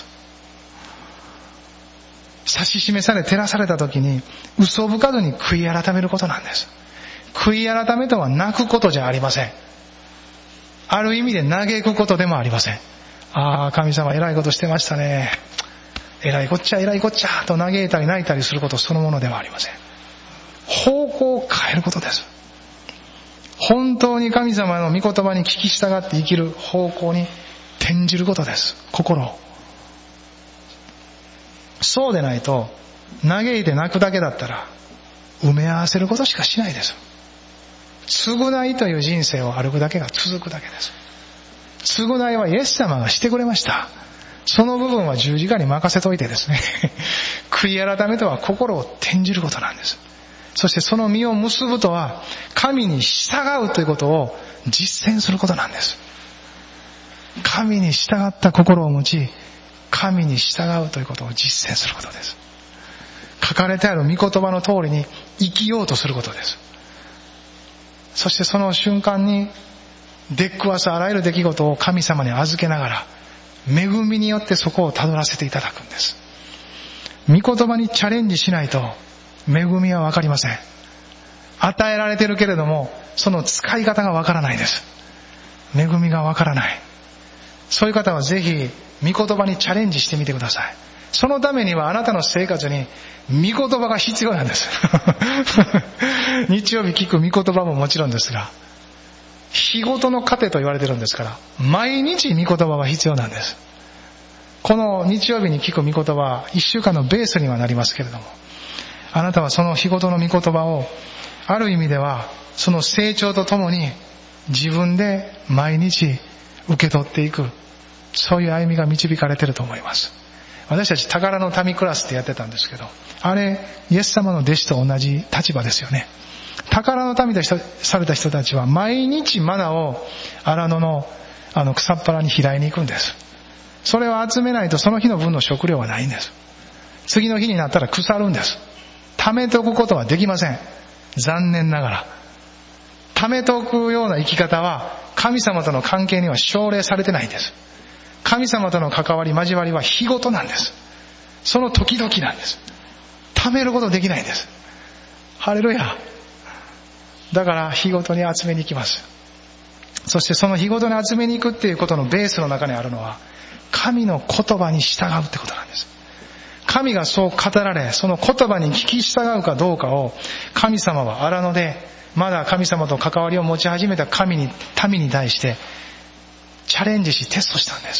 指し示され照らされた時に嘘深ずに悔い改めることなんです。悔い改めとは泣くことじゃありません。ある意味で嘆くことでもありません。ああ、神様偉いことしてましたね、偉いこっちゃ偉いこっちゃと嘆いたり泣いたりすることそのものではありません。方向を変えることです。本当に神様の御言葉に聞き従って生きる方向に転じることです。心を。そうでないと、嘆いて泣くだけだったら埋め合わせることしかしないです。償いという人生を歩くだけが続くだけです。償いはイエス様がしてくれました。その部分は十字架に任せといてですね悔い改めとは心を転じることなんです。そしてその実を結ぶとは神に従うということを実践することなんです。神に従った心を持ち、神に従うということを実践することです。書かれてある御言葉の通りに生きようとすることです。そしてその瞬間に出くわすあらゆる出来事を神様に預けながら、恵みによってそこをたどらせていただくんです。御言葉にチャレンジしないと恵みはわかりません。与えられているけれどもその使い方がわからないです。恵みがわからない。そういう方はぜひ御言葉にチャレンジしてみてください。そのためにはあなたの生活に御言葉が必要なんです日曜日聞く御言葉ももちろんですが、日ごとの糧と言われてるんですから、毎日御言葉は必要なんです。この日曜日に聞く御言葉は1週間のベースにはなりますけれども、あなたはその日ごとの御言葉をある意味ではその成長とともに自分で毎日受け取っていく、そういう歩みが導かれていると思います。私たち宝の民クラスってやってたんですけど、あれイエス様の弟子と同じ立場ですよね。宝の民とされた人たちは毎日マナを荒野の草っ腹に拾いに行くんです。それを集めないとその日の分の食料はないんです。次の日になったら腐るんです。貯めておくことはできません。残念ながら貯めておくような生き方は神様との関係には奨励されてないんです。神様との関わり交わりは日ごとなんです。その時々なんです。貯めることできないんです。ハレルヤ。だから日ごとに集めに行きます。そしてその日ごとに集めに行くっていうことのベースの中にあるのは神の言葉に従うってことなんです。神がそう語られ、その言葉に聞き従うかどうかを神様は荒野でまだ神様と関わりを持ち始めた民に対してチャレンジしテストしたんです。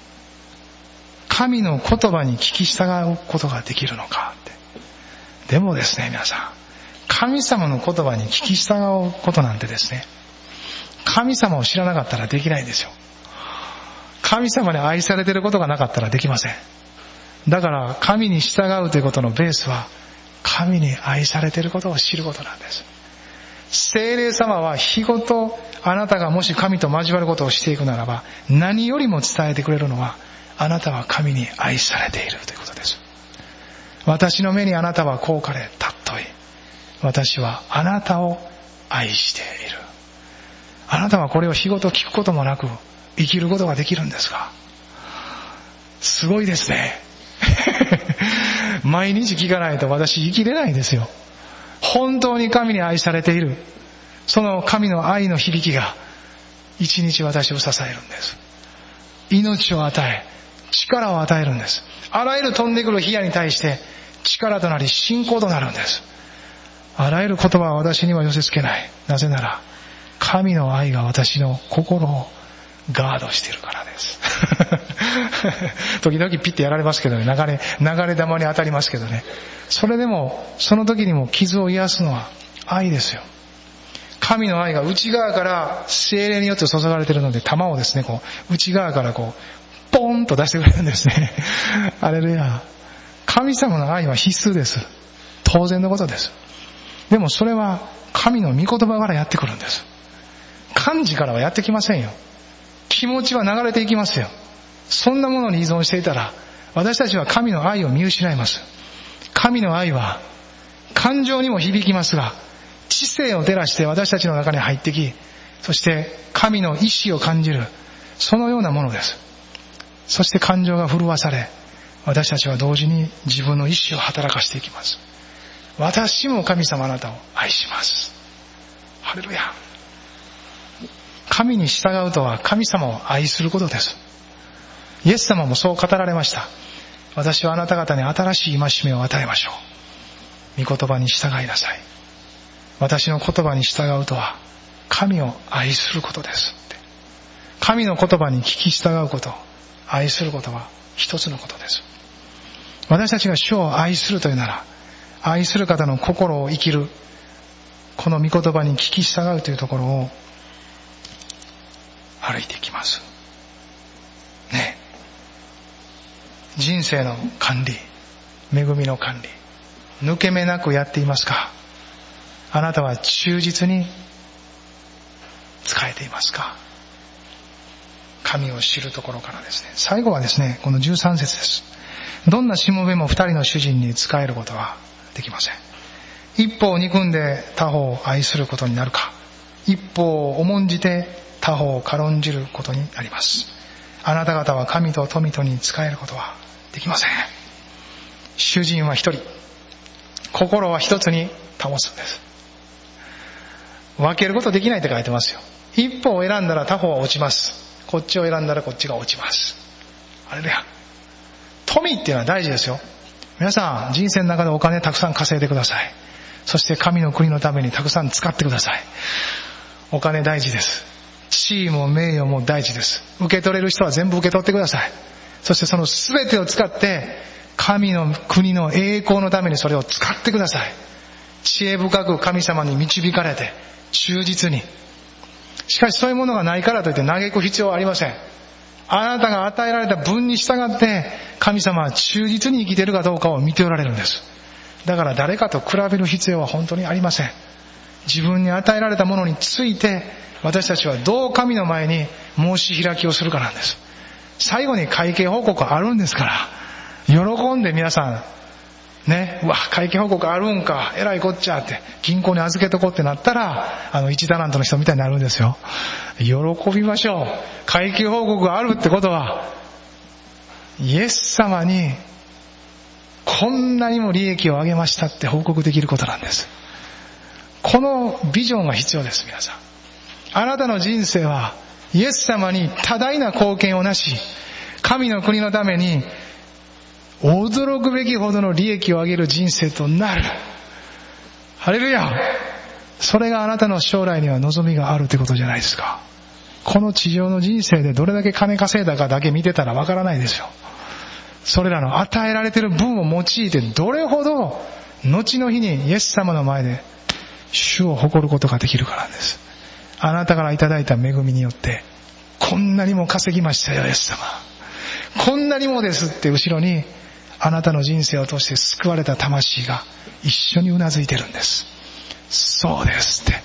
神の言葉に聞き従うことができるのかって。でもですね、皆さん、神様の言葉に聞き従うことなんてですね、神様を知らなかったらできないんですよ。神様に愛されていることがなかったらできません。だから神に従うということのベースは神に愛されていることを知ることなんです。 聖霊様は日ごとあなたがもし神と交わることをしていくならば、何よりも伝えてくれるのは、あなたは神に愛されているということです。私の目にあなたは高かれ尊い。私はあなたを愛している。あなたはこれを日ごと聞くこともなく生きることができるんですが、すごいですね。毎日聞かないと私生きれないですよ。本当に神に愛されている、その神の愛の響きが一日私を支えるんです。命を与え、力を与えるんです。あらゆる飛んでくる火矢に対して力となり信仰となるんです。あらゆる言葉は私には寄せ付けない。なぜなら神の愛が私の心をガードしているからです。時々ピッてやられますけどね、流れ玉に当たりますけどね。それでもその時にも傷を癒すのは愛ですよ。神の愛が内側から聖霊によって注がれているので、玉をですね、こう内側からこうポーンと出してくれるんですね。ハレルヤ。神様の愛は必須です。当然のことです。でもそれは神の御言葉からやってくるんです。漢字からはやってきませんよ。気持ちは流れていきますよ。そんなものに依存していたら私たちは神の愛を見失います。神の愛は感情にも響きますが、知性を照らして私たちの中に入ってき、そして神の意志を感じる、そのようなものです。そして感情が震わされ、私たちは同時に自分の意志を働かしていきます。私も神様あなたを愛します。ハレルヤ。神に従うとは神様を愛することです。イエス様もそう語られました。私はあなた方に新しい戒めを与えましょう。御言葉に従いなさい。私の言葉に従うとは神を愛することですって。神の言葉に聞き従うこと、愛することは一つのことです。私たちが主を愛するというなら、愛する方の心を生きる、この御言葉に聞き従うというところを歩いていきますね。人生の管理、恵みの管理、抜け目なくやっていますか？あなたは忠実に仕えていますか？神を知るところからですね。最後はですね、この13節です。どんなしもべも二人の主人に仕えることはできません。一方を憎んで他方を愛することになるか、一方を重んじて他方を軽んじることになります。あなた方は神と富とに仕えることはできません。主人は一人、心は一つに保つんです。分けることできないって書いてますよ。一方を選んだら他方は落ちます。こっちを選んだらこっちが落ちます。あれだよ。富っていうのは大事ですよ。皆さん人生の中でお金たくさん稼いでください。そして神の国のためにたくさん使ってください。お金大事です。地位も名誉も大事です。受け取れる人は全部受け取ってください。そしてその全てを使って神の国の栄光のためにそれを使ってください。知恵深く神様に導かれて忠実に。しかしそういうものがないからといって嘆く必要はありません。あなたが与えられた分に従って神様は忠実に生きているかどうかを見ておられるんです。だから誰かと比べる必要は本当にありません。自分に与えられたものについて私たちはどう神の前に申し開きをするかなんです。最後に会計報告あるんですから、喜んで皆さんね、うわ会計報告あるんか、えらいこっちゃって銀行に預けとこうってなったら1タラントの人みたいになるんですよ。喜びましょう。会計報告があるってことはイエス様にこんなにも利益を上げましたって報告できることなんです。このビジョンが必要です。皆さん、あなたの人生はイエス様に多大な貢献をなし、神の国のために驚くべきほどの利益を上げる人生となる。ハレルヤ。それがあなたの将来には望みがあるということじゃないですか。この地上の人生でどれだけ金稼いだかだけ見てたらわからないですよ。それらの与えられている分を用いてどれほど後の日にイエス様の前で主を誇ることができるからです。あなたからいただいた恵みによってこんなにも稼ぎましたよイエス様、こんなにもですって後ろにあなたの人生を通して救われた魂が一緒にうなずいてるんです。そうですって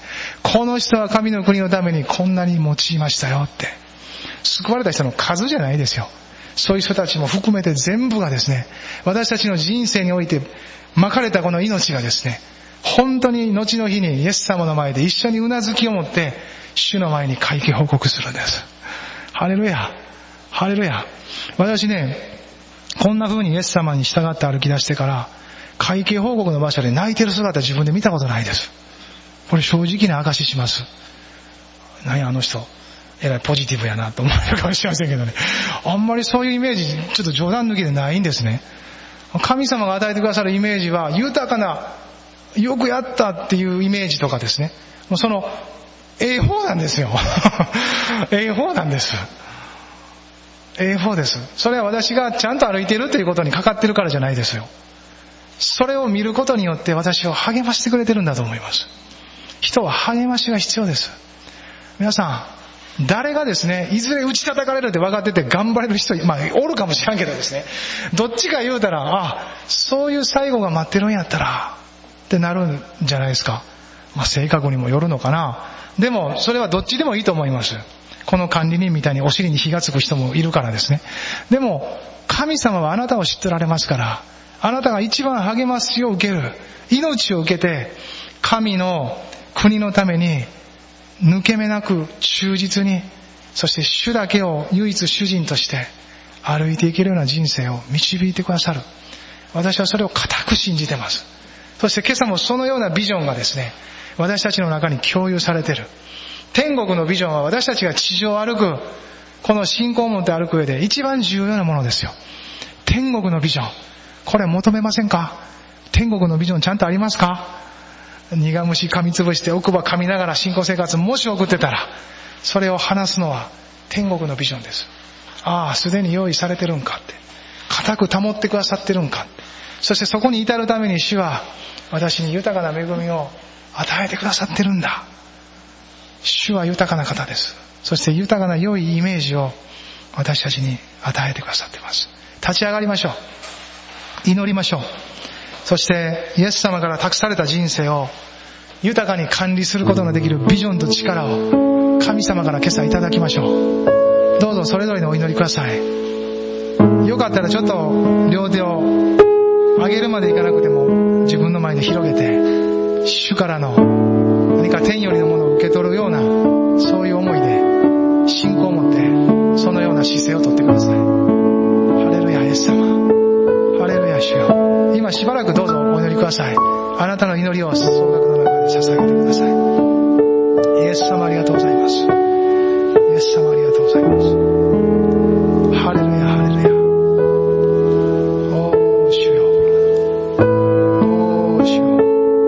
この人は神の国のためにこんなに用いましたよって。救われた人の数じゃないですよ。そういう人たちも含めて全部がですね、私たちの人生においてまかれたこの命がですね、本当に後の日にイエス様の前で一緒にうなずきを持って主の前に会計報告するんです。ハレルヤ、ハレルヤ。私ね、こんな風にイエス様に従って歩き出してから会計報告の場所で泣いてる姿自分で見たことないです。これ正直な証しします。何やあの人えらいポジティブやなと思われるかもしれませんけどね、あんまりそういうイメージちょっと冗談抜きでないんですね。神様が与えてくださるイメージは豊かな、よくやったっていうイメージとかですね、もうその方なんですよ方なんです。方です。それは私がちゃんと歩いているということにかかってるからじゃないですよ。それを見ることによって私を励ましてくれてるんだと思います。人は励ましが必要です。皆さん、誰がですね、いずれ打ち叩かれるって分かってて頑張れる人、おるかもしれんけどですね、どっちか言うたら、そういう最後が待ってるんやったらってなるんじゃないですか。性格にもよるのかな。でもそれはどっちでもいいと思います。この管理人みたいにお尻に火がつく人もいるからですね。でも神様はあなたを知っておられますから、あなたが一番励ましを受ける、命を受けて神の国のために抜け目なく忠実に、そして主だけを唯一主人として歩いていけるような人生を導いてくださる。私はそれを固く信じてます。そして今朝もそのようなビジョンがですね、私たちの中に共有されている。天国のビジョンは私たちが地上を歩く、この信仰を持って歩く上で一番重要なものですよ。天国のビジョン、これ求めませんか？天国のビジョンちゃんとありますか？苦虫噛みつぶして奥歯噛みながら信仰生活もし送ってたら、それを話すのは天国のビジョンです。すでに用意されてるんかって、固く保ってくださってるんか。そしてそこに至るために主は私に豊かな恵みを与えてくださってるんだ。主は豊かな方です。そして豊かな良いイメージを私たちに与えてくださっています。立ち上がりましょう。祈りましょう。そしてイエス様から託された人生を豊かに管理することのできるビジョンと力を神様から今朝いただきましょう。どうぞそれぞれのお祈りください。よかったらちょっと両手を上げるまでいかなくても自分の前で広げて、主からの何か天よりのものを受け取るような、そういう思いで信仰を持ってそのような姿勢をとってください。ハレルヤイエス様、ハレルヤ主よ。今しばらくどうぞお祈りください。あなたの祈りを総額の中で捧げてください。イエス様ありがとうございます。イエス様ありがとうございます。ハレルヤハレルヤ。おー主よ、おー主よ、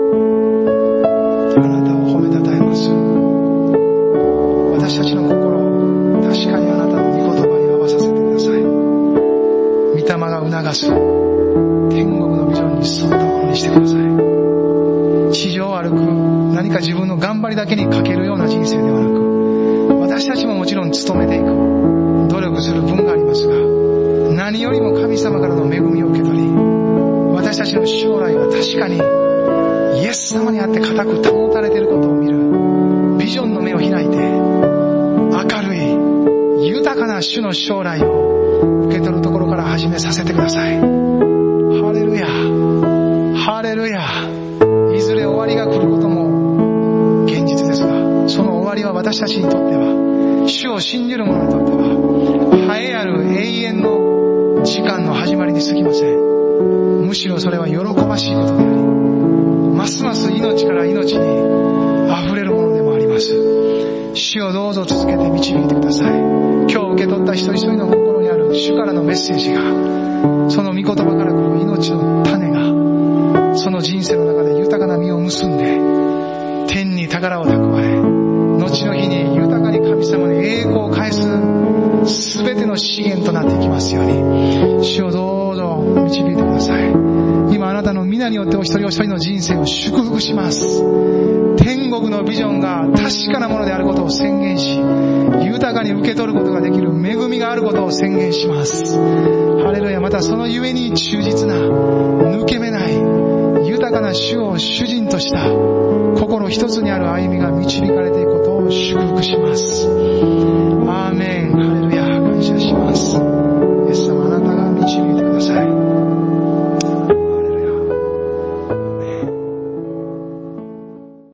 あなたを褒めたたえます。私たちの心を確かにあなたの御言葉に合わさせてください。御霊が促す天国のビジョンに沿ったものにしてください。地上を歩く何か自分の頑張りだけにかけるような人生ではなく、私たちももちろん努めていく、努力する分がありますが、何よりも神様からの恵みを受け取り、私たちの将来は確かにイエス様にあって固く保たれていることを見るビジョンの目を開いて、明るい豊かな主の将来を受け取るところから始めさせてください。ハレルヤ、ハレルヤ。いずれ終わりが来ることも現実ですが、その終わりは私たちにとっては、主を信じる者にとっては栄えある永遠の時間の始まりに過ぎません。むしろそれは喜ばしいことであり、ますます命から命に溢れるものでもあります。主をどうぞ続けて導いてください。今日受け取った一人一人の心にある主からのメッセージが、その御言葉から来る命の種がその人生の中で豊かな実を結んで、天に宝を蓄え、後の日に豊かに神様に栄光を返す全ての資源となっていきますように、主をどうぞ導いてください。今あなたの皆によってお一人お一人の人生を祝福します。天国のビジョンが確かなものであることを宣言し、豊かに受け取ることができる恵みがあることを宣言します。ハレルヤ。またそのゆえに忠実な、抜け目ない豊豊かな主を主人とした心一つにある歩みが導かれていくことを祝福します。アーメン。ハレルヤ。感謝します。